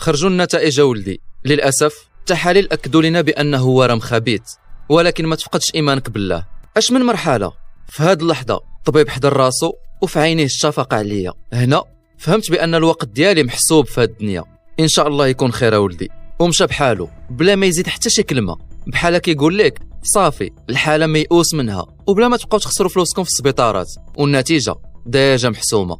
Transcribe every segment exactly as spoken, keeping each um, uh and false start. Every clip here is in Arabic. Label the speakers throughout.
Speaker 1: خرجوا النتائج ولدي. للاسف التحاليل اكدوا لنا بانه ورم خبيث، ولكن ما تفقدش ايمانك بالله. اش من مرحله في هاد اللحظه الطبيب حضر راسو وفي عينيه الشفقه عليا. هنا فهمت بان الوقت ديالي محسوب في هاد الدنيا. ان شاء الله يكون خير ولدي. ومشى بحالو بلا ما يزيد حتى شي كلمه، بحال كيقول لك صافي الحاله ميؤوس منها، وبلا ما تبقاو تخسروا فلوسكم في السبيطارات، والنتيجه ديجا محسومه.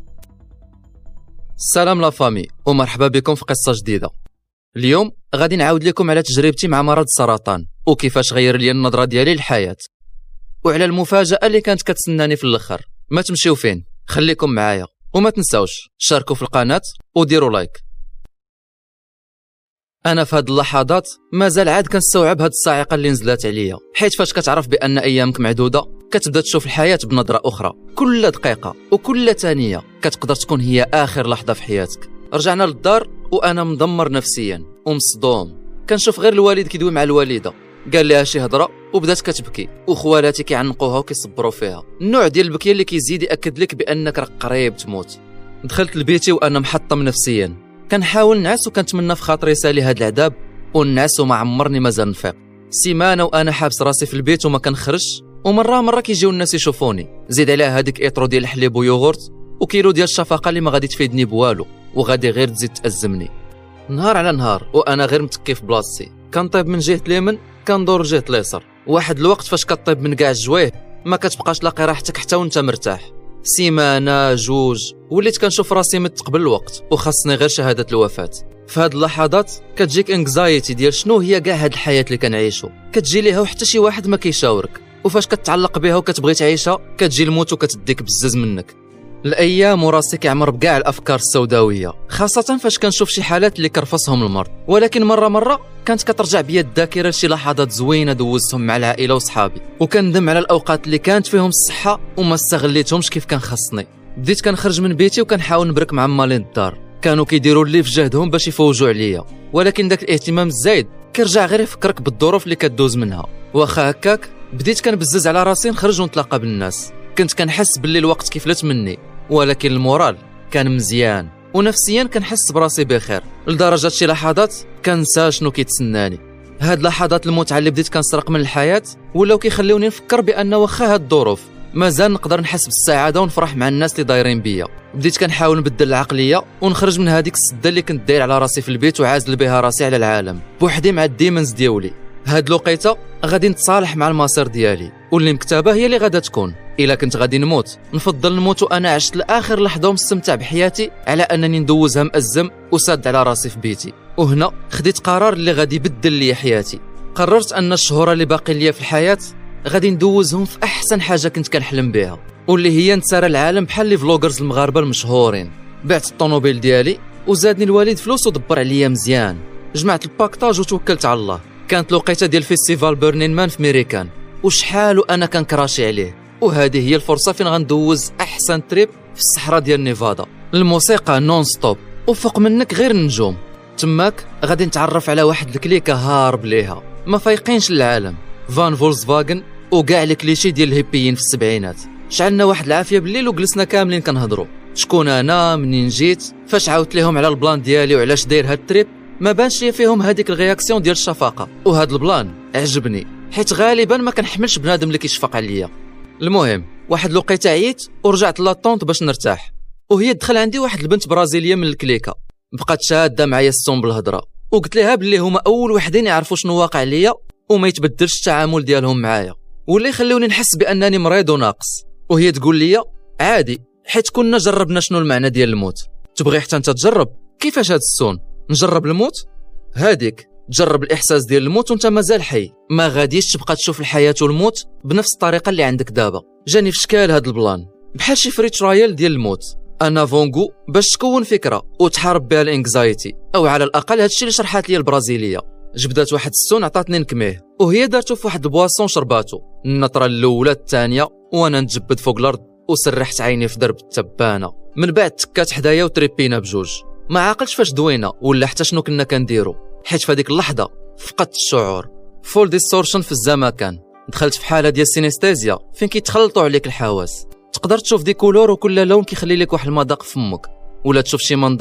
Speaker 1: السلام لا فامي، ومرحبا بكم في قصه جديده. اليوم غادي نعاود لكم على تجربتي مع مرض السرطان وكيفاش غير لي النظره ديالي للحياه، وعلى المفاجاه اللي كانت كتسناني في الاخر. ما تمشيو فين، خليكم معايا، وما تنساوش شاركوا في القناه وديروا لايك. انا في هاد اللحظات مازال عاد كنستوعب هاد الصاعقه اللي نزلات عليا، حيت فاش كتعرف بان ايامك معدوده كتبدا تشوف الحياه بنظره اخرى. كل دقيقه وكل ثانيه كتقدر تكون هي اخر لحظه في حياتك. رجعنا للدار وانا مدمر نفسيا ومصدوم، كنشوف غير الوالد كيدوي مع الوالده، قال لها شي هضره وبدات كتبكي، وخوالاتي كيعنقوها وكيصبروا فيها. النوع ديال البكيه اللي كيزيد ياكد لك بانك راك قريب تموت. دخلت لبيتي وانا محطم نفسيا، كنحاول نعس وكنتمنى في خاطري سالي هاد العذاب ونعس، وما عمرني مازال نفيق. سيمانه وانا حابس راسي في البيت وما كنخرجش، ومره مره كيجيو الناس يشوفوني. زيد عليها هذيك ايطرو ديال الحليب ويوغورت وكيلو ديال الشفقه اللي ما غادي تفيدني بوالو، وغادي غير تزيد تأزمني. نهار على نهار وانا غير متكي في بلاصتي، كنطيب من جهه اليمين كندور جهه اليسار. واحد الوقت فاش كطيب من كاع الجوايه ما كتبقاش لاقي راحتك حتى وانت مرتاح. سيمانه جوج وليت كنشوف راسي مت قبل الوقت وخاصني غير شهاده الوفاه. في هاد اللحظات كتجيك انكزايتي ديال شنو هي كاع هاد الحياه اللي كنعيشو، كتجي ليها وحتى شي واحد ما كيشاورك، وفاش كتعلق بها وكتبغي تعيشها كتجي الموت وكتديك بزز منك. الايام وراسي كيعمر بكاع الافكار السوداويه، خاصه فاش كنشوف شي حالات اللي كرفصهم المرض. ولكن مره مره كانت كترجع بيا الذاكره لشي لحظات زوينه دوزتهم مع العائله وصحابي، وكندم على الاوقات اللي كانت فيهم الصحه وما استغليتهمش كيف كان خصني. بديت كنخرج من بيتي وكنحاول نبرك مع مالين الدار، كانوا كيديروا لي في جهدهم باش يفوجوا عليا، ولكن داك الاهتمام الزايد كيرجع غير يفكرك بالظروف اللي كدوز منها. واخا هكاك بديت كنبزز على راسي نخرج ونتلاقى بالناس. كنت كنحس باللي الوقت كيفلت مني، ولكن المورال كان مزيان، ونفسيا كنحس براسي بخير لدرجه شي لحظات كنسى شنو كيتسناني. هاد لحظات المتعه اللي بديت كنسرق من الحياه ولاو كيخليوني نفكر بان واخا هاد الظروف مازال نقدر نحس بالسعاده ونفرح مع الناس اللي دايرين بيا. بديت كنحاول نبدل العقليه ونخرج من هذيك السده اللي كنت داير على راسي في البيت وعازل بها راسي على العالم بوحدي مع الديمونز ديالي. هاد الوقيته غادي نتصالح مع المصير ديالي، واللي مكتبه هي اللي غادا تكون. الا كنت غادي نموت نفضل نموت وانا عشت لاخر لحظه ومستمتع بحياتي، على انني ندوزها مأزم وساد على راسي في بيتي. وهنا خديت قرار اللي غادي يبدل لي حياتي. قررت ان الشهور اللي باقي ليا في الحياه غادي ندوزهم في احسن حاجه كنت كنحلم بها، واللي هي نتسارى العالم بحال لي فلوغرز المغاربه المشهورين. بعت الطوموبيل ديالي وزادني الوالد فلوس ودبر عليا مزيان، جمعت الباكطاج وتوكلت على الله. كانت الوقيته ديال فيستيفال بيرنين مان في ميريكان، وشحال وانا كنكراشي عليه، وهذه هي الفرصه فين غندوز احسن تريب في الصحراء ديال نيفادا. الموسيقى نون ستوب وفوق منك غير النجوم. تماك غادي نتعرف على واحد الكليكه هارب ليها ما فايقينش للعالم، فان فولكسفاغن وكاع الكليشي ديال الهيبيين في السبعينات. شعلنا واحد العافيه بالليل وجلسنا كاملين كنهضروا شكون انا، منين جيت. فاش عاودت لهم على البلان ديالي وعلاش داير هاد التريب ما بانش لي فيهم هذيك الرياكسيون ديال الشفقه، وهذا البلان عجبني حيت غالبا ما كنحملش بنادم اللي كيشفق عليا. المهم واحد الوقيته عييت ورجعت لاطونط باش نرتاح، وهي دخل عندي واحد البنت برازيليه من الكليكه، بقات شاده معايا الصوم بالهضره، وقلت لها باللي هما اول وحدين يعرفوا شنو واقع ليا وما يتبدلش التعامل ديالهم معايا، واللي يخلوني نحس بانني مريض وناقص. وهي تقول لي عادي حيت كنا جربنا شنو المعنى ديال الموت، تبغي حتى انت تجرب؟ كيفاش هاد السون نجرب الموت؟ هاديك تجرب الاحساس ديال الموت وانت مازال حي، ما غاديش تبقى تشوف الحياه والموت بنفس الطريقه اللي عندك دابا. جاني في شكال هاد البلان بحال شي فري ترايل ديال الموت، انا فونغو باش تكون فكره وتحارب بها الانكزايتي، او على الاقل هادشي اللي شرحات لي البرازيليه. جبدات واحد السون عطاتني نكميه، وهي دارتو في واحد البواسون شرباتو. النطره الاولى الثانيه وانا نتجبد فوق الارض وسرحت عيني في درب التبانه. من بعد تكات حدايا وتريبينا بجوج، ما عاقلش فاش دوينا ولا حتى شنو كنا كنديرو، حيت في هذيك اللحظه فقدت الشعور. فول ديستورشن في الزمكان، دخلت في حاله ديال السينستيزيا فين كيتخلطوا عليك الحواس. تقدر تشوف دي كولور وكل لون كيخلي لك واحد المذاق في فمك، ولا تشوف شي منظر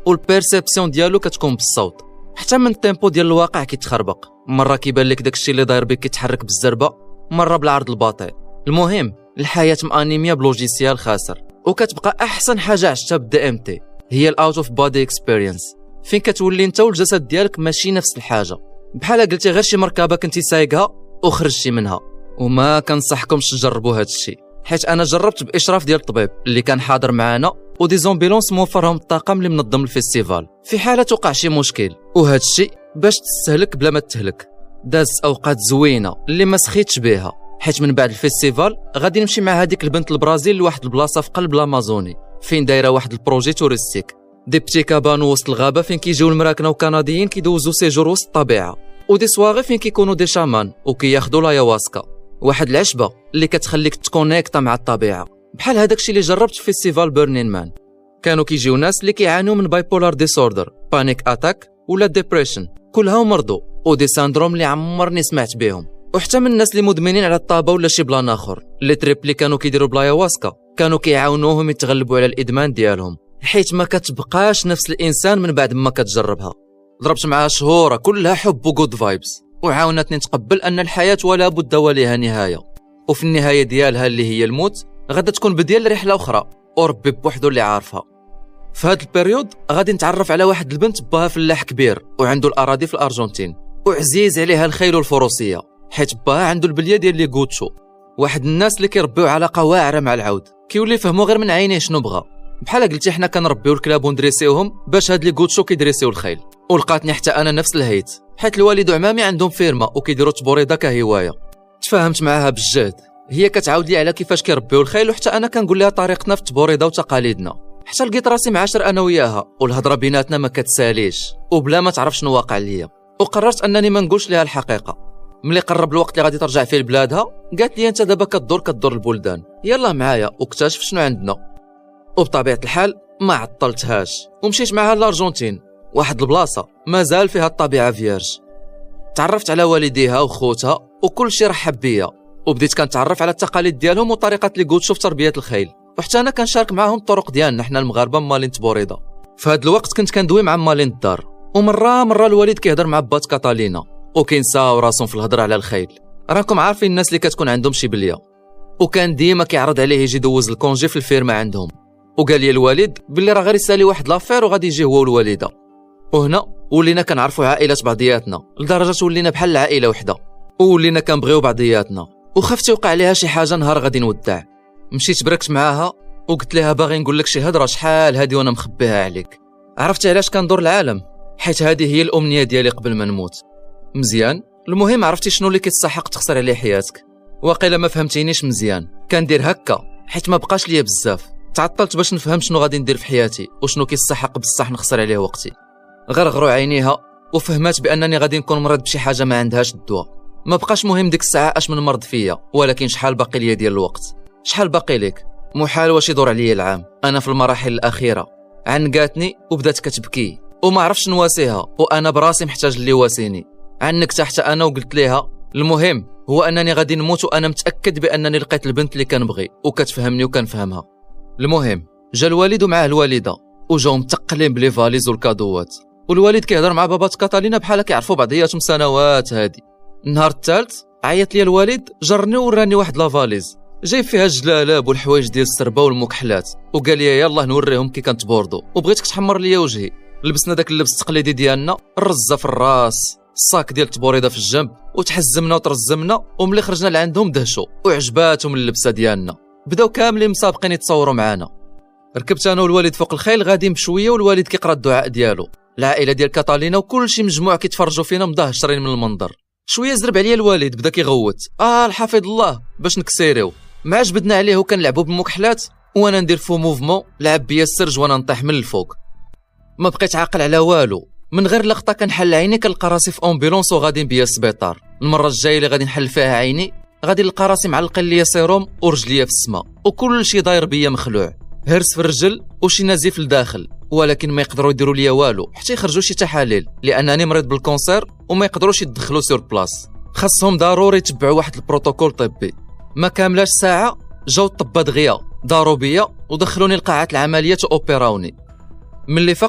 Speaker 1: والبيرسيبسيون ديالو كتكون بالصوت، حتى من التيمبو ديال الواقع كيتخربق. مره كيبان لك داكشي اللي داير بك كيتحرك بالزربه، مره بالعرض البطيء. المهم الحياه مانيميا بلوجيسيال خاسر. وكتبقى احسن حاجه عشتها بالدي ام تي هي الاوت اوف بودي اكسبيرينس، فين كتولي انت والجسد ديالك ماشي نفس الحاجه، بحال قلتي غير شي مركبه كنتي سايقها وخرجتي منها. وما كنصحكمش تجربوا هذا الشيء، حيت انا جربت باشراف ديال الطبيب اللي كان حاضر معنا، ودي زومبيلونس موفرهم الطاقم اللي منظم الفيستيفال في حاله توقع شي مشكل. وهذا الشيء باش تستهلك بلا ما تهلك. داز اوقات زوينه اللي ما سخيتش بها، حيت من بعد الفيستيفال غادي نمشي مع هذيك البنت البرازيل لواحد البلاصه في قلب الامازوني فين دايره واحد البروجي توريستيك، دي بتي كابانو وسط الغابه فين كيجيو المراكنه وكنديين كيدوزوا سيجور وسط الطبيعه، ودي سواغي فين كيكونوا دي شامان وكياخذوا لايواسكا، واحد العشبه اللي كتخليك تكونيكتا مع الطبيعه، بحال هذاك الشيء اللي جربت في فيستيفال بيرنين مان. كانوا كيجيو ناس اللي كيعانوا من بايبولار ديسوردر، بانيك اتاك ولا ديبريشن، كلها مرضوا، ودي ساندروم اللي عمرني سمعت بهم. وحتى من الناس اللي مدمنين على الطابه ولا شي بلان اخر. لي تريب اللي كانوا كيديروا بلايواسكا كانوا كيعاونوهم يتغلبوا على الادمان ديالهم، حيت ما كتبقاش نفس الانسان من بعد ما كتجربها. ضربت معها شهوره كلها حب وجود فايبس، وعاونتني نتقبل ان الحياه ولا بد ولها نهايه، وفي النهايه ديالها اللي هي الموت غادا تكون بديل رحله اخرى، وربي بوحدو اللي عارفها. في هاد البيريود غادي نتعرف على واحد البنت باها فلاح كبير وعنده الاراضي في الارجنتين، وعزيز عليها الخيل والفروسيه، حيت باها عنده البليه ديال لي غوتشو، واحد الناس اللي كيربيو علاقه واعره مع العود، كيولي يفهموا غير من عينيه شنو بغا. بحال قلتي حنا كنربيو الكلاب وندريسيوهم باش هاد لي غوتشو كيدريسيو الخيل. ولقاتني حتى انا نفس الهيت، حيت الوالد وعمامي عندهم فيرما وكيديروا تبوريده كهوايه. تفاهمت معاها بالجهد، هي كتعاود لي على كيفاش كيربيو الخيل، وحتى انا كنقول لها طريقتنا في التبوريده وتقاليدنا، حتى لقيت راسي معاشر انا وياها، والهضره بيناتنا ما كتساليش وبلا ما تعرف شنو واقع ليا. وقررت انني ما نقولش لها الحقيقه. ملي قرب الوقت اللي غادي ترجع فيه لبلادها قالت لي انت دابا كدور كدور البلدان، يلا معايا واكتشف شنو عندنا. وبطبيعه الحال ما عطلتهاش ومشيت معها للارجنتين، واحد البلاصه مازال فيها الطبيعه فيرج. تعرفت على والديها وخوتها وكل شيء رحب بيا، وبديت كنتعرف على التقاليد ديالهم وطريقه اللي غوتشو في تربيه الخيل، وحتى انا كنشارك معاهم الطرق ديالنا حنا المغاربه مالين تبوريده. في هذا الوقت كنت كندوي مع مالين الدار، ومره مره الوالد كيهضر مع بات كاتالينا وكينساو راسهم في الهضره على الخيل. راكم عارفين الناس اللي كتكون عندهم شي بليه. وكان ديما كيعرض عليه يجي يدوز الكونجي في الفيرما عندهم، وقال لي الوالد باللي راه غير يسالي واحد لافير وغادي يجي هو والوالده. وهنا ولينا كنعرفوا عائلات بعضياتنا لدرجه ولينا بحال العائله وحده، وولينا كنبغيو بعضياتنا. وخفت يوقع عليها شي حاجه نهار غادي نودع. مشيت بركت معاها وقلت لها باغي نقول لك شي هضره شحال هادي وانا مخبيها عليك. عرفتي علاش كندور العالم؟ حيت هذه هي الامنيه ديالي قبل ما نموت. مزيان. المهم عرفتي شنو اللي كيتسحق تخسر عليه حياتك؟ واقيلا ما فهمتينيش مزيان. كندير هكا حيت ما بقاش ليا بزاف، تعطلت باش نفهم شنو غادي ندير في حياتي وشنو كيتسحق بصح نخسر عليه وقتي. غرغروا عينيها وفهمات بانني غادي نكون مريض بشي حاجه ما عندهاش الدواء. ما بقاش مهم ديك الساعه اش من مرض فيا، ولكن شحال باقي ليا ديال الوقت. شحال باقي لك؟ محال واش يدور عليا العام. انا في المراحل الاخيره. عنقاتني وبدات كتبكي وما عرفتش نواسيها، وانا براسي محتاج اللي واسيني. عنك حتى انا وقلت لها المهم هو انني غادي نموت وانا متاكد بانني لقيت البنت اللي كنبغي وكتفهمني وكنفهمها. المهم جا الوالد ومعاه الوالده وجاو متقلين بلي فاليز والكادوات، والوالد كيهضر مع بابات كاتالينا بحال كيعرفوا بعضياتهم سنوات هادي. النهار الثالث عيط لي الوالد، جرني وراني واحد لافاليز جايب فيها الجلالاب والحوايج ديال السربه والمكحلات، وقال لي يلاه نوريهم كي كنتبوردو، وبغيتك تحمر ليا وجهي. لبسنا داك اللبس التقليدي ديالنا، الرزه في الراس، الصاك ديال التبوريده في الجنب، وتحزمنا وترزمنا، وملي خرجنا لعندهم دهشوا وعجباتهم اللبسه ديالنا. بداو كاملين مسابقين يتصوروا معنا. ركبت انا والوالد فوق الخيل غاديين بشويه، والوالد كيقرا الدعاء ديالو. العائله ديال كاتالينا وكل شي مجموع كيتفرجوا فينا مدهشرين من المنظر. شويه زرب عليا الوالد، بدا كيغوت اه الحفظ الله باش نكسيريو. ما عجبدنا عليه وكنلعبوا بالمكحلات وانا ندير فو موفمون لعب بيا السرج وانا نطيح من الفوق. ما بقيت عاقل على والو. من غير لقطه كنحل عيني كنلقى راسي في امبيلونس وغادي بيا السبيطار. المره الجايه اللي غادي نحل فيها عيني غادي نلقى راسي معلقين ليا سيروم ورجليا في السما وكل شيء داير بيا مخلوع، هرس في الرجل وشي نزيف لداخل، ولكن ما يقدروا يديروا ليا والو حتى يخرجوا شي تحاليل لانني مريض بالكونسير وما يقدروش يدخلوا سور بلاص. خاصهم ضروري يتبعوا واحد البروتوكول طبي. ما كاملاش ساعه جاو الطبا دغيا داروا بيا ودخلوني لقاعه العمليات واوبيراوني. ملي فقت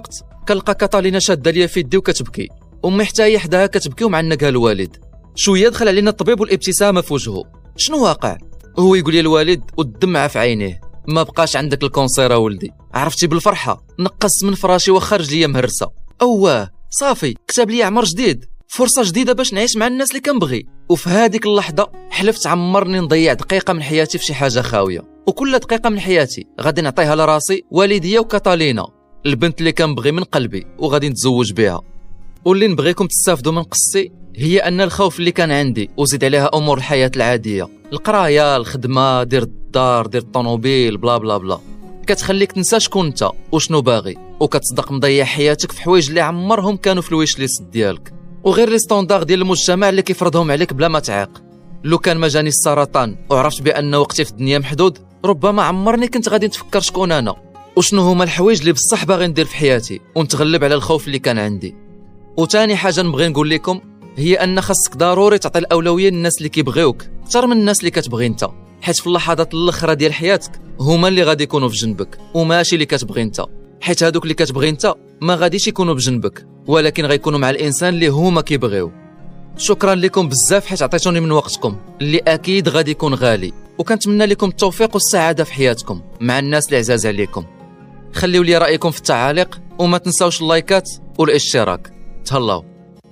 Speaker 1: كنلقى كاتالينا شاده ليا في يدي وكتبكي، امي حتى هي حداها كتبكي ومعنقها الوالد. شويه دخل علينا الطبيب والابتسامه في وجهه. شنو واقع؟ هو يقول لي الوالد والدمعه في عينيه، ما بقاش عندك الكونسير ولدي. عرفتي بالفرحه نقصت من فراشي وخرج ليا مهرسه. اواه صافي كتب لي عمر جديد، فرصه جديده باش نعيش مع الناس اللي كنبغي. وفي هذيك اللحظه حلفت عمرني نضيع دقيقه من حياتي في شي حاجه خاويه، وكل دقيقه من حياتي غادي نعطيها لراسي، والديا وكاتالينا، البنت اللي كنبغي من قلبي وغادي نتزوج بها. واللي نبغيكم تستافدوا من قصتي هي ان الخوف اللي كان عندي وزيد عليها امور الحياه العاديه، القرايه، الخدمه، دير الدار، دير الطوموبيل، بلا بلا بلا، كتخليك تنسى شكون انت وشنو باغي، وكتصدق مضيع حياتك في حوايج اللي عمرهم كانوا في الويش ليست ديالك، وغير لي ستوندار ديال المجتمع اللي كيفرضهم عليك بلا ما تعاق. لو كان ما جاني السرطان وعرفت بان وقتي في الدنيا محدود، ربما عمرني كنت غادي نتفكر شكون انا وشنو هما الحوايج اللي بصح باغي ندير في حياتي ونتغلب على الخوف اللي كان عندي. وثاني حاجه نبغي نقول لكم هي ان خاصك ضروري تعطي الاولويه للناس اللي كيبغيوك اكثر من الناس اللي كتبغي انت، حيت في اللحظات الاخرى ديال حياتك هما اللي غادي يكونوا في جنبك وماشي اللي كتبغي انت، حيت هادوك اللي كتبغي انت ما غاديش يكونوا بجنبك ولكن غيكونوا مع الانسان اللي هما كيبغيو. شكرا لكم بزاف حيت عطيتوني من وقتكم اللي اكيد غادي يكون غالي، وكنتمنى لكم التوفيق والسعاده في حياتكم مع الناس اللي عزاز عليكم. خليوا لي رايكم في التعاليق وما تنساوش اللايكات والاشتراك. تهلاو.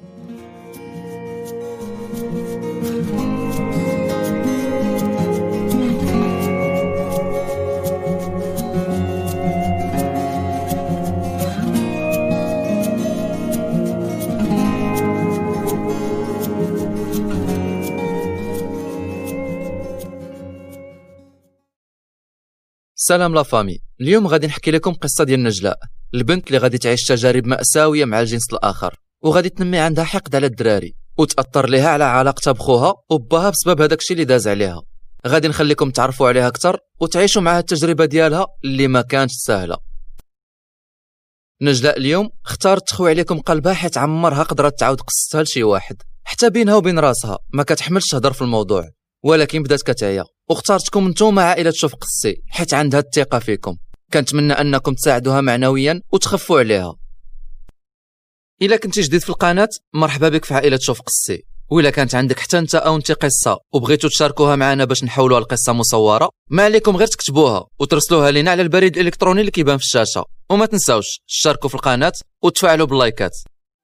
Speaker 1: سلام لا فامي، اليوم غادي نحكي لكم قصه ديال نجلاء، البنت اللي غادي تعيش تجارب مأساويه مع الجنس الاخر، وغادي تنمي عندها حقد على الدراري وتاثر ليها على علاقتها بخوها وباها بسبب هذاك الشيء اللي داز عليها. غادي نخليكم تعرفوا عليها اكثر وتعيشوا معها التجربه ديالها اللي ما كانتش سهله. نجلاء اليوم اختارت تخوي عليكم قلبها حيت عمرها قدرت تعاود قصتها لشي واحد، حتى بينها وبين راسها ما كتحملش تهضر في الموضوع، ولكن بدات كتعيا واختارتكم نتوما عائله تشوف قصتي حيت عندها الثقه فيكم. كنتمنى انكم تساعدوها معنويا وتخفوا عليها. الا كنتي جديد في القناه مرحبا بك في عائله تشوف قصتي، وإلا كانت عندك حتى انت او انت قصه وبغيتوا تشاركوها معنا باش نحولوها لقصه مصوره، ما عليكم غير تكتبوها وترسلوها لنا على البريد الالكتروني اللي كيبان في الشاشه. وما تنساوش تشاركوا في القناه وتفاعلوا باللايكات.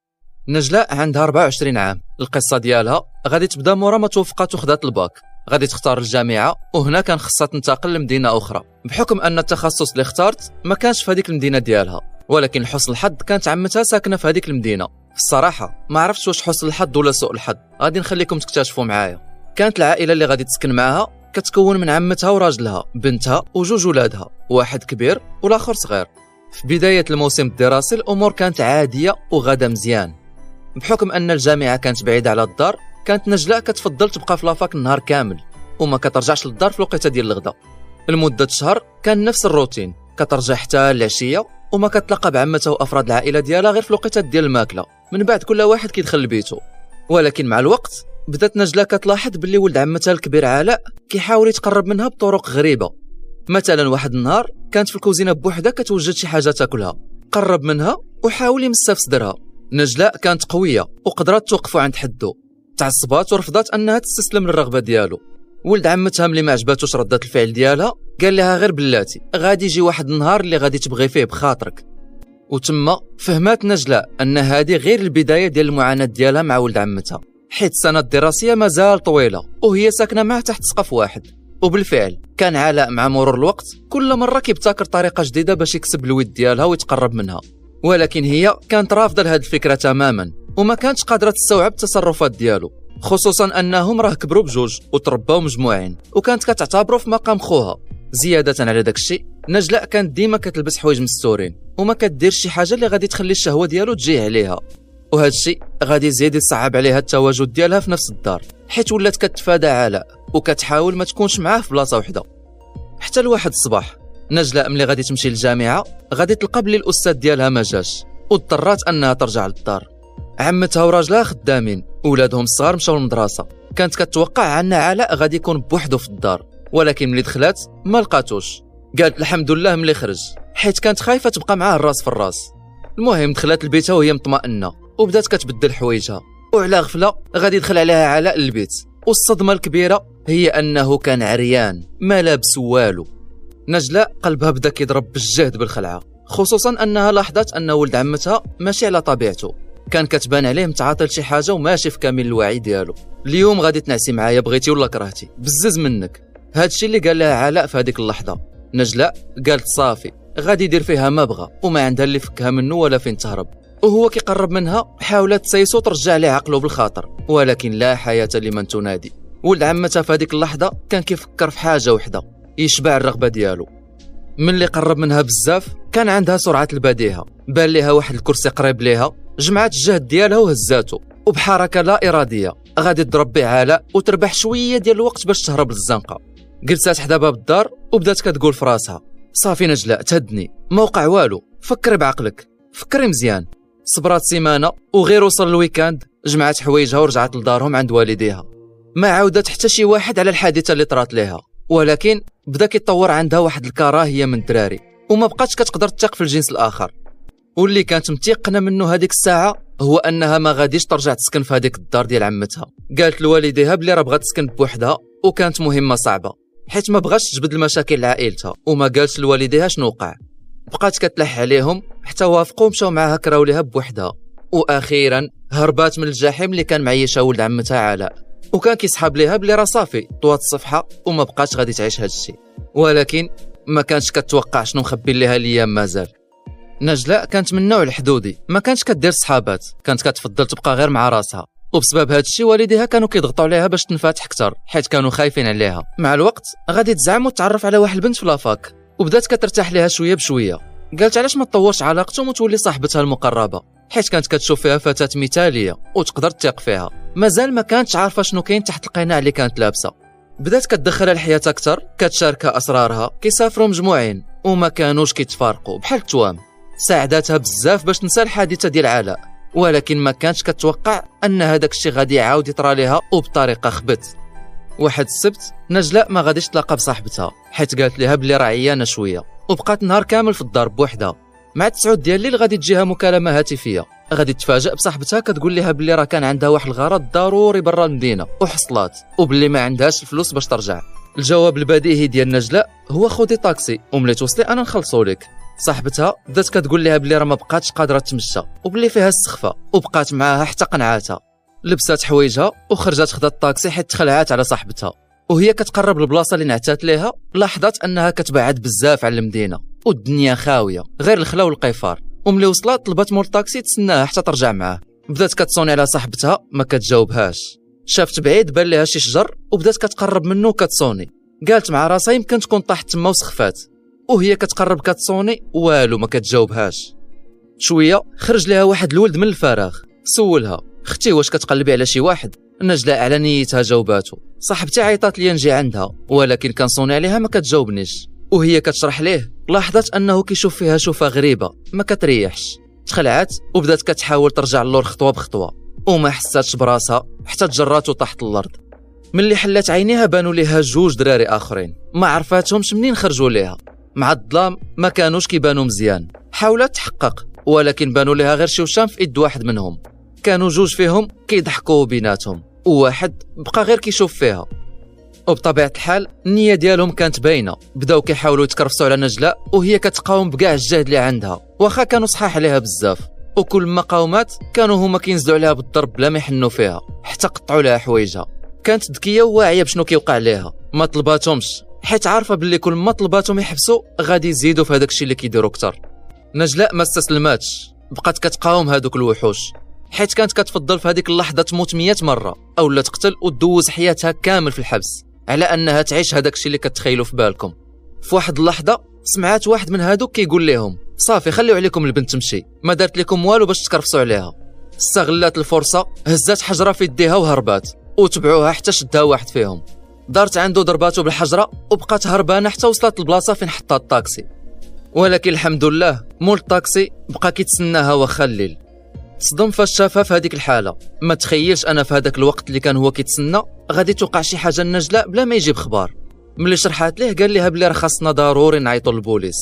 Speaker 1: نجلاء عندها أربعة وعشرين عام، القصه ديالها غادي تبدا مورا ما توفقات وخدات الباك، غادي تختار الجامعه وهنا كان خصها تنتقل لمدينه اخرى بحكم ان التخصص اللي اختارت ما كانش في هذيك المدينه ديالها، ولكن لحسن الحظ كانت عمتها ساكنه في هذيك المدينه. الصراحه ما عرفتش واش حسن الحظ ولا سوء الحظ، غادي نخليكم تكتشفوا معايا. كانت العائله اللي غادي تسكن معها كتكون من عمتها وراجلها، بنتها وجوج ولادها، واحد كبير والاخر صغير. في بدايه الموسم الدراسي الامور كانت عاديه وغاده مزيان، بحكم ان الجامعه كانت بعيده على الدار. كانت نجلاء كتفضل تبقى في لافاك النهار كامل وما كترجعش للدار في الوقيته ديال الغداء. لمده شهر كان نفس الروتين، كترجع حتى العشيه وما كتلاقى بعمتها وافراد العائله ديالها غير في الوقيته ديال الماكله، من بعد كل واحد كيدخل لبيته. ولكن مع الوقت بدات نجلاء كتلاحظ باللي ولد عمتها الكبير علاء كيحاول يتقرب منها بطرق غريبه. مثلا واحد النهار كانت في الكوزينه بوحدها كتوجد شي حاجه تاكلها، قرب منها وحاول يمسها في صدرها. نجلاء كانت قويه وقدرت توقفوا عند حده، تعصبات ورفضت انها تستسلم للرغبه ديالو. ولد عمتها ملي ما عجباتوش رده الفعل ديالها قال لها غير بلاتي غادي يجي واحد النهار اللي غادي تبغي فيه بخاطرك. وتما فهمات نجلاء ان هذه غير البدايه ديال المعاناه ديالها مع ولد عمتها، حيت السنه الدراسيه مازال طويله وهي ساكنه معه تحت سقف واحد. وبالفعل كان علاء مع مرور الوقت كل مره كيبتكر طريقه جديده باش يكسب الود ديالها ويتقرب منها، ولكن هي كانت رافضه لهذه الفكره تماما وما كانتش قادره تستوعب التصرفات ديالو، خصوصا انهم راه كبروا بجوج وترباو مجموعين وكانت كتعتبره في مقام خوها. زياده على داك الشيء نجلاء كانت ديما كتلبس حوايج مستورين وما كدير شي حاجه اللي غادي تخلي الشهوه ديالو تجي عليها، وهذا الشيء غادي يزيد يصعب عليها التواجد ديالها في نفس الدار، حيت ولات كتفادى علاء وكتحاول ما تكونش معاه في بلاصه وحده. حتى لواحد الصباح نجلاء ملي غادي تمشي للجامعه غادي تلقى بلي الاستاذ ديالها ما جاش واضطرات انها ترجع للدار. عمتها وراجلها خدامين ولادهم الصغار مشاو للمدرسه. كانت كتوقع ان علاء غادي يكون بوحدو في الدار، ولكن ملي دخلات ما لقاتوش. قالت الحمد لله ملي خرج، حيت كانت خايفه تبقى معاه الراس في الراس. المهم دخلت لبيتها وهي مطمئنه وبدات كتبدل حوايجها، وعلى غفله غادي يدخل عليها علاء للبيت، والصدمه الكبيره هي انه كان عريان ما لابس والو. نجلاء قلبها بدا كيضرب بالجهد بالخلعه، خصوصا انها لاحظت ان ولد عمتها ماشي على طبيعته، كان كتبان عليه متعاطي لشي حاجه وماشي في كامل الوعي ديالو. اليوم غادي تنعسي معايا بغيتي ولا كرهتي، بزز منك. هادشي اللي قال لها علاء في هذيك اللحظه. نجلاء قالت صافي غادي يدير فيها ما بغى وما عندها اللي فكها منه ولا فين تهرب. وهو كيقرب منها حاولت تسيسو ترجع ليه عقله بالخاطر، ولكن لا حياه لمن تنادي. ولد عمتها في هذيك اللحظه كان كيفكر في حاجه وحده يشبع الرغبه ديالو. من اللي قرب منها بزاف كان عندها سرعه البديهه، بان ليها واحد الكرسي قريب ليها، جمعت الجهد ديالها وهزاتو، وبحركه لا اراديه غادي تضرب به علاء وتربح شويه ديال الوقت باش تهرب للزنقه. جلسات حدا باب الدار وبدات كتقول في راسها صافي نجلاء تهدني، ما وقع والو، فكري بعقلك، فكري مزيان. صبرات سيمانه وغير وصل الويكاند جمعت حوايجها ورجعت لدارهم عند والديها. ما عاودت حتى شي واحد على الحادثه اللي طرات ليها، ولكن بدا كيتطور عندها واحد الكراهيه من الدراري وما بقاتش كتقدر تثق في الجنس الاخر. واللي كانت متيقنه منه هذيك الساعه هو انها ما غاديش ترجع تسكن في هذيك الدار ديال عمتها. قالت لوالديها بلي راه بغات تسكن بوحدها، وكانت مهمه صعبه حيت ما بغاش تجبد المشاكل لعائلتها، وما قالتش لوالديها شنو وقع. بقات كتلح عليهم حتى وافقوا مشاو معاها كراو ليها بوحدها، واخيرا هربات من الجحيم اللي كان معيشها ولد عمتها علاء، وكان كيسحاب ليها بلي راه صافي طوات الصفحه وما بقاش غادي تعيش هذا الشيء. ولكن ما كانش كتوقع شنو مخبي ليها الايام مازال. نجلاء كانت من نوع الحدودي، ما كانتش كدير صحابات، كانت كتفضل تبقى غير مع راسها، وبسبب هذا الشيء والديها كانوا كيضغطوا عليها باش تنفتح اكثر حيت كانوا خايفين عليها. مع الوقت غادي تزعم وتعرف على واحد البنت في لافاك، وبدات كترتاح ليها شويه بشويه. قالت علاش ما تطورش علاقتهم وتولي صاحبتها المقربه، حيت كانت كتشوف فيها فتاه مثاليه وتقدر تثق فيها. مازال ما كانتش عارفه شنو كاين تحت القناع اللي كانت لابسه. بدات كتدخلها الحياه اكثر، كتشاركها اسرارها، كيسافروا مجموعين وما كانوش كيتفارقوا بحال التوام. ساعدتها بزاف باش تنسى الحادثه ديال علاء، ولكن ما كانتش كتوقع ان هذاك الشيء غادي يعاود يطرى ليها وبطريقه خبت. واحد السبت نجلاء ما غاديش تلاقى بصاحبتها حيت قالت لها بلي راه عيانه شويه، وبقات نهار كامل في الدار بوحدها. مع تسعود ديال الليل غادي تجيها مكالمه هاتفيه، غادي تفاجئ بصاحبتها كتقول لها بلي راه كان عندها واحد الغرض ضروري برا المدينه وحصلات، وبلي ما عندهاش الفلوس باش ترجع. الجواب البديهي ديال نجلاء هو خذي طاكسي وملي توصلي انا نخلصوا لك. صاحبتها بدات كتقول لها بلي راه ما بقاتش قادره تمشى وبلي فيها السخفه، وبقات معاها حتى قنعاتها. لبسات حوايجها وخرجت خدات الطاكسي حيت تخلعات على صاحبتها. وهي كتقرب للبلاصه اللي نعتات ليها لاحظت انها كتبعد بزاف على المدينه والدنيا خاويه غير الخلا والقيفار. وملي وصلت طلبت مول الطاكسي تسناها حتى ترجع معاه. بدات كتصوني على صاحبتها ما كتجاوبهاش، شافت بعيد بان لها شي شجر وبدات كتقرب منه كتصوني. قالت مع راسها يمكن تكون طاحت تما وسخفات، وهي كتقرب كتصوني والو ما كتجاوبهاش. شويه خرج لها واحد الولد من الفراغ، سولها اختي واش كتقلبي على شي واحد؟ نجلاء على نيتها جاوباتو. صاحبتي عيطات لي نجي عندها ولكن كنصوني عليها ما كتجاوبنيش. وهي كتشرح ليه لاحظت انه كيشوف فيها شوفه غريبه ما كتريحش. تخلعات وبدات كتحاول ترجع للور خطوه بخطوه وما حساتش براسها حتى تجرات وطاحت الارض. ملي حلات عينيها بانوا ليها جوج دراري اخرين ما عرفاتهمش منين خرجوا ليها. مع الظلام ما كانوش كيبانوا مزيان. حاولت تحقق ولكن بانوا ليها غير شي وشام في يد واحد منهم. كانوا جوج فيهم كيضحكوا بيناتهم وواحد بقى غير كيشوف فيها. وبطبيعه الحال النيه ديالهم كانت باينه، بداو كيحاولوا يتكرفسوا على نجلاء وهي كتقاوم بكاع الجهد اللي عندها واخا كانوا صحاح عليها بزاف. وكل ما قاومات كانوا هما كينزلوا عليها بالضرب بلا ما يحنوا فيها حتى قطعوا لها حوايجها. كانت ذكيه وواعيه بشنو كيوقع ليها، ما طلباتهمش حيت عارفه باللي كل ما طلباتهم يحبسوا غادي يزيدوا في هذاك الشيء اللي كيديروا اكثر. نجلاء ما استسلماتش، بقات كتقاوم هذوك الوحوش حيت كانت كتفضل في هذيك اللحظه تموت مية مره اولا تقتل وتدوز حياتها كامل في الحبس على انها تعيش هذاك الشيء اللي كتخيلوا في بالكم. في واحد اللحظه سمعات واحد من هذوك كيقول لهم صافي خليو عليكم البنت تمشي، ما دارت لكم والو باش تكرفسوا عليها. استغلات الفرصه، هزات حجره في يديها وهربات، وتبعوها حتى شدها واحد فيهم. دارت عنده ضرباته بالحجره وبقات هربانه حتى وصلت للبلاصه فين حطها الطاكسي. ولكن الحمد لله مول الطاكسي بقى كيتسناها واخا الليل. تصدم فاش شافها في هذيك الحاله، ما تخيلش انا في هذاك الوقت اللي كان هو كيتسنى غادي توقع شي حاجه لنجلاء بلا ما يجيب خبار. ملي شرحات ليه قال لها بلي راه خاصنا ضروري نعيطوا للبوليس.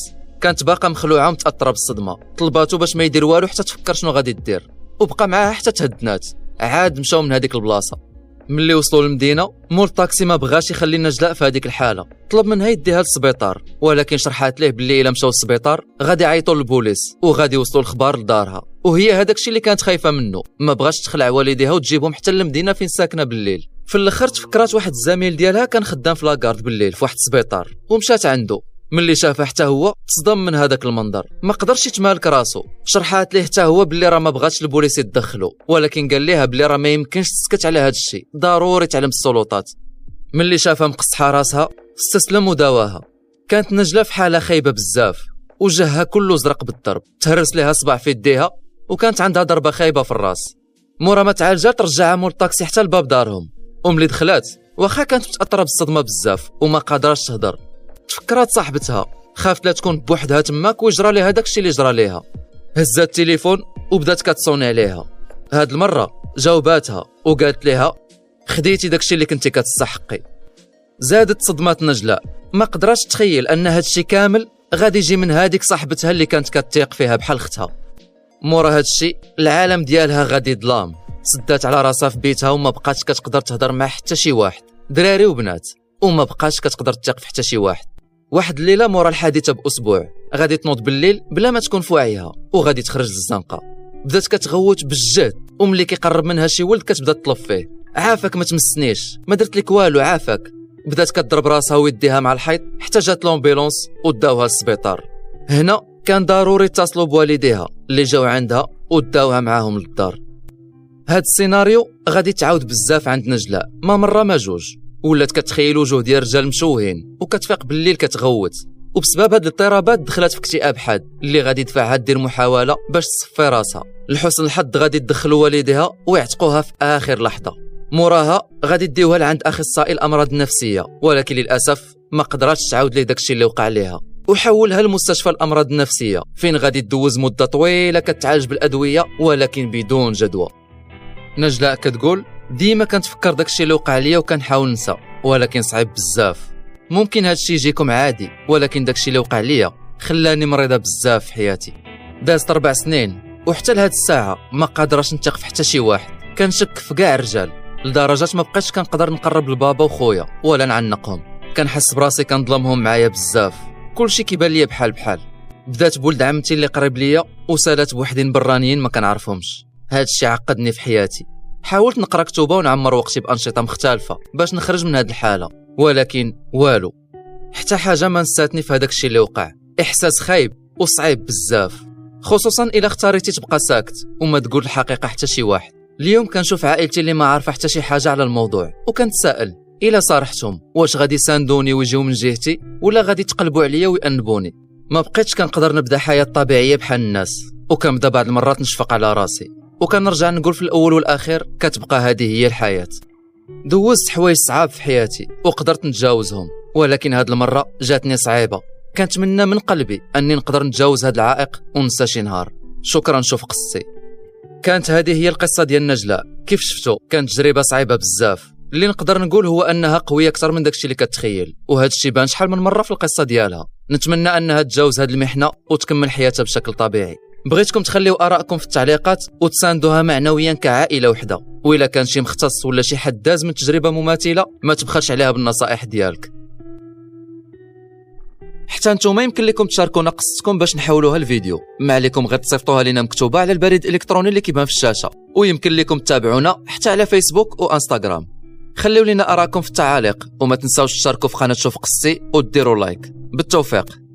Speaker 1: كانت باقا مخلوعه ومتاثره بالصدمه، طلباتو باش ما يدير والو حتى تفكر شنو غادي دير، وبقى معاها حتى تهدنات. عاد مشاو من هذيك البلاصه. ملي وصلوا للمدينه مول الطاكسي ما بغاش يخلي نجلاء في هذيك الحاله، طلب منها يديها للسبيطار، ولكن شرحات ليه باللي الا مشاو للسبيطار غادي يعيطوا للبوليس وغادي يوصلوا الخبار لدارها، وهي هذاك الشيء اللي كانت خايفه منه، ما بغاش تخلع والديها وتجيبهم حتى للمدينه فين ساكنه بالليل. في الاخر تفكرات واحد الزميل ديالها كان خدام في لاكارد بالليل في واحد السبيطار، ومشات عنده. ملي شافه حتى هو تصدم من هذاك المنظر، ما قدرش يتمالك راسو. شرحات ليه حتى هو باللي راه ما بغاتش البوليس يتدخلوا، ولكن قال ليها باللي راه ما يمكنش تسكت على هذا الشيء، ضروري تعلم السلطات. ملي شافها مقصحه راسها استسلم وداواها. كانت نجلة في حاله خايبه بزاف، وجهها كله زرق بالضرب، تهرس ليها صباع في يديها، وكانت عندها ضربه خايبه في الراس. مورا ما تعالجات رجعها مول الطاكسي حتى لباب دارهم. وملي دخلات واخا كانت متاثره بالصدمه بزاف وما قادراش تهضر، تفكرات صاحبتها، خافت لا تكون بوحدها تماك ويجرى ليها داكشي اللي جرى ليها. هزات التليفون وبدات كتصوني عليها. هاد المره جاوباتها وقالت ليها خديتي داكشي اللي كنتي كتستحقي. زادت صدمات نجلاء، ما قدراش تخيل ان هادشي كامل غادي يجي من هاديك صاحبتها اللي كانت كتثيق فيها بحال اختها. مورا هادشي العالم ديالها غادي ظلام، سدات على راسها في بيتها وما بقاتش كتقدر تهضر مع حتى شي واحد، دراري وبنات، وما بقاش كتقدر تثيق في حتى شي واحد. واحد الليله مورا الحادثه باسبوع غادي تنوض بالليل بلا ما تكون في وعيها وغادي تخرج للزنقه. بدات كتغوت بالجهد، وملي كيقرب منها شي ولد كتبدا تطلب فيه، عافاك ما تمسنيش، ما درت لك والو، عافاك. بدات كتضرب راسها ويديها مع الحيط حتى جات لومبيلونس وداوها للسبيطار. هنا كان ضروري يتصلوا بوالديها اللي جاو عندها وداوها معاهم للدار. هاد السيناريو غادي تعاود بزاف عند نجلاء، ما مره ما جوج، ولات كتخيل وجوه ديال رجال مشوهين وكتفيق بالليل كتغوت، وبسبب هاد الاضطرابات دخلت في اكتئاب حاد اللي غادي يدفعها دير محاوله باش تصفي راسها. لحسن الحظ غادي يدخلوا والديها ويعتقوها في اخر لحظه. موراها غادي ديوها لعند اخصائي الامراض النفسيه، ولكن للاسف ما قدراتش تعاود ليه داكشي اللي وقع ليها، وحولها لمستشفى الامراض النفسيه فين غادي تدوز مده طويله كتعالج بالادويه ولكن بدون جدوى. نجلاء كتقول ديما كنتفكر داكشي اللي وقع ليا وكنحاول ننسى، ولكن صعيب بزاف. ممكن هادشي يجيكم عادي، ولكن داكشي اللي وقع ليا خلاني مريضه بزاف في حياتي. دازت اربع سنين وحتى لهاد الساعه ما قادراش نثق في حتى شي واحد، كنشك في كاع الرجال لدرجه ما بقيتش كنقدر نقرب لبابا وخويا ولا نعنقهم. كنحس براسي كنظلمهم معايا بزاف، كلشي كيبان ليا بحال بحال. بدات بولد عمتي اللي قريب ليا وسالات بوحدين برانيين ما كنعرفهمش. هادشي عقدني في حياتي. حاولت نقرا كتوبه ونعمر وقتي بانشطه مختلفه باش نخرج من هاد الحاله، ولكن والو. حتى حاجه ما نساتني في هذاك الشيء اللي وقع. احساس خايب وصعيب بزاف، خصوصا الا اختاريتي تبقى ساكت وما تقول الحقيقه حتى شي واحد. اليوم كنشوف عائلتي اللي ما عارفه حتى شي حاجه على الموضوع، وكنتسائل الا صارحتهم واش غادي يساندوني ويجيو من جهتي ولا غادي يتقلبوا عليا ويأنبوني. ما بقيتش كنقدر نبدا حياه طبيعيه بحال الناس، وكنبدا بعض المرات نشفق على راسي، وكنرجع نقول في الاول والاخير كتبقى هذه هي الحياه. دوزت حوايج صعاب في حياتي وقدرت نتجاوزهم، ولكن هاد المره جاتني صعيبه. كنتمنى من قلبي اني نقدر نتجاوز هاد العائق وننسى شي نهار. شكرا. شوف قصتي. كانت هذه هي القصه ديال نجلاء. كيف شفتوا كانت تجربه صعيبه بزاف. اللي نقدر نقول هو انها قويه اكثر من داكشي اللي كتخيل، وهذا الشيء بان شحال من مره في القصه ديالها. نتمنى انها تجاوز هاد المحنه وتكمل حياتها بشكل طبيعي. بغيتكم تخليوا ارائكم في التعليقات وتساندوها معنويا كعائله وحده، واذا كان شي مختص ولا شي حد داز من تجربه مماثله ما تبخلش عليها بالنصائح ديالك. حتى نتوما يمكن لكم تشاركونا قصتكم باش نحولوها الفيديو. ما عليكم غير تصيفطوها لنا مكتوبه على البريد الالكتروني اللي كيبان في الشاشه، ويمكن لكم تتابعونا حتى على فيسبوك وانستغرام. خليو لنا ارائكم في التعاليق، وما تنساوش تشاركوا في قناه شوف قصتي وديروا لايك. بالتوفيق.